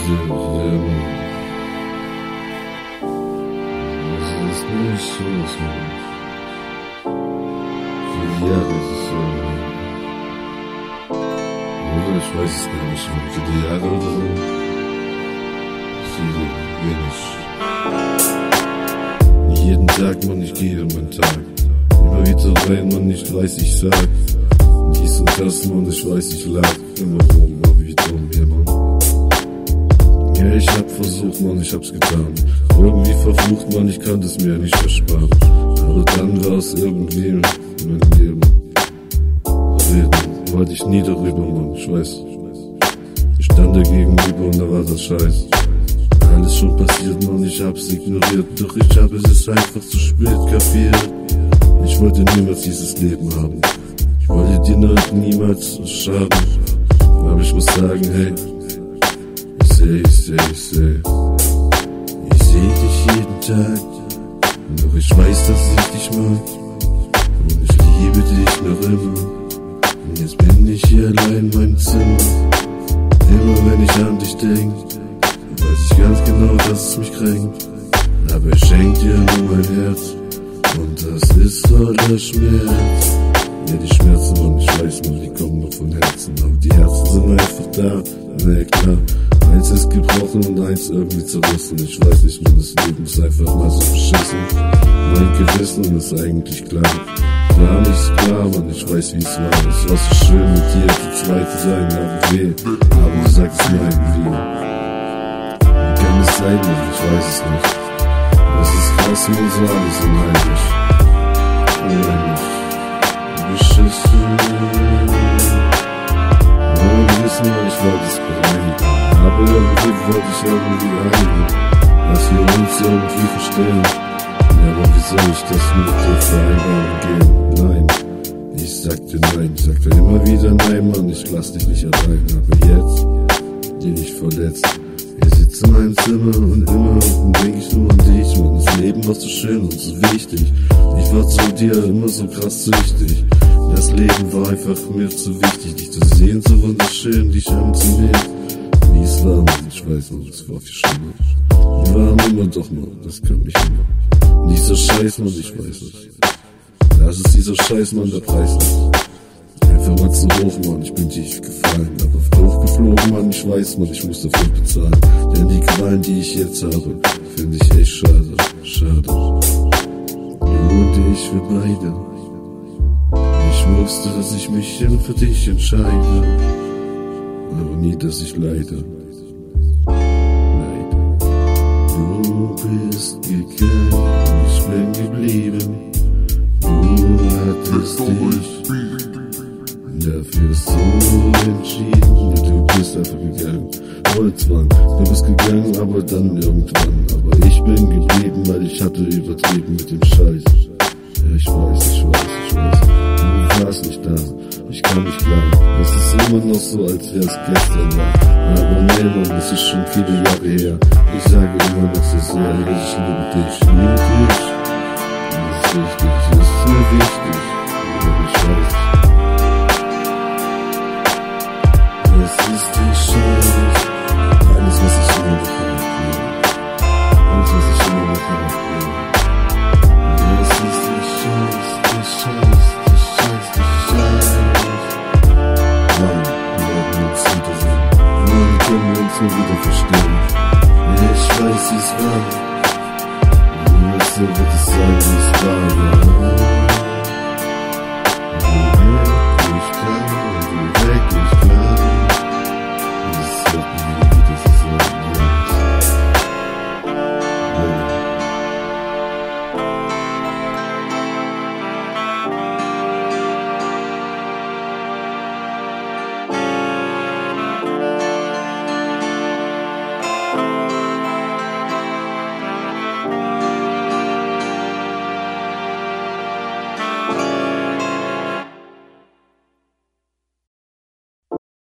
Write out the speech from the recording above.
ist nicht so, ja, das ist oder ich weiß es gar nicht, für die Jahre oder so. Wenig. Jeden Tag, Mann, ich gehe meinen Tag. Immer wieder rein, Mann, ich weiß, ich sag. Dies und das, Mann, ich weiß, ich lag. Immer rum, aber wie dumm, ja, Mann. Ja, ich hab versucht, Mann, ich hab's getan. Irgendwie verflucht, Mann, ich kann das mir nicht ersparen. Aber dann war es irgendwie mein Leben. Reden wollte ich nie darüber, Mann, ich weiß. Ich stand da gegenüber und da war das Scheiß. Alles schon passiert, Mann, ich hab's ignoriert. Doch ich hab es einfach zu spät kapiert. Ich wollte niemals dieses Leben haben. Ich wollte dir noch niemals schaden. Aber ich muss sagen, hey, ich seh dich jeden Tag. Doch ich weiß, dass ich dich mag. Und ich liebe dich noch immer. Und jetzt bin ich hier allein in meinem Zimmer. Immer wenn ich an dich denk, weiß ich ganz genau, dass es mich kränkt. Aber ich schenk dir nur mein Herz. Und das ist voller Schmerz. Ja, die Schmerzen, Mann, ich weiß, Mann, die kommen nur von Herzen. Aber die Herzen sind einfach da, na ja, klar. Eins ist gebrochen und eins irgendwie zerrissen. Ich weiß nicht, Mann, das Leben ist einfach mal so beschissen. Mein Gewissen ist eigentlich klar. Klar, nichts klar, Mann, ich weiß, wie es war. Es war so schön mit dir zu zweit zu sein, aber weh. Aber du sagst mir irgendwie. Wie kann es sein, Mann, ich weiß es nicht. Das ist krass, Mann, so alles unheimlich. Unheimlich. Beschissen. Wollen wissen, Mann, ich wollte es bereinigen. Aber irgendwie wollte ich irgendwie einigen, dass wir uns irgendwie verstehen. Ja, aber wie soll ich das mit dir vereinbaren gehen? Nein, ich sagte nein, ich sagte immer wieder nein, Mann, ich lass dich nicht allein. Aber jetzt bin ich verletzt. Ich sitze in meinem Zimmer und immer denk ich nur an dich, Mann. Das Leben war so schön und so wichtig. Ich war zu dir immer so krass süchtig. Das Leben war einfach mir zu wichtig, dich zu sehen, so wunderschön, dich anzunehmen. Wie es war, Mann, ich weiß, Mann, es war viel schlimmer. Wir waren immer doch, Mann, das kann mich immer. Dieser Scheiß, Mann, ich weiß es. Das ist dieser Scheiß, Mann, der Preis ist. Einfach mal zu hoch, Mann, ich bin tief gefallen. Aber hochgeflogen, Mann, ich weiß, Mann, ich muss dafür bezahlen. Denn die Qualen, die ich jetzt habe, finde ich echt schade, schade. Du und ich, wir beide. Ich wusste, dass ich mich immer für dich entscheide. Aber nie, dass ich leide. Du bist gegangen, ich bin geblieben. Du hattest dich dafür so entschieden. Du bist einfach gegangen, ohne Zwang. Du bist gegangen, aber dann irgendwann. Aber ich bin geblieben, weil ich hatte übertrieben mit dem Scheiß. Ja, ich weiß. Du warst nicht da, ich kann nicht glauben. Es ist immer noch so, als wär's gestern war. Aber nee, Mann, es ist schon viele Jahre her. Ich sage immer noch so sehr, ich liebe dich. Das ist wichtig, das ist mir wichtig. Aber ich weiß. Es ist die Scheiß. Alles, was ich immer noch habe. Alles, was ich immer noch habe. Es ist die Scheiß, die Scheiß. Mann, wir werden uns wiedersehen. Mann, können wir uns nur wieder verstehen. Ich weiß, wie es war. Nur so wird es sein, wie es war, ja.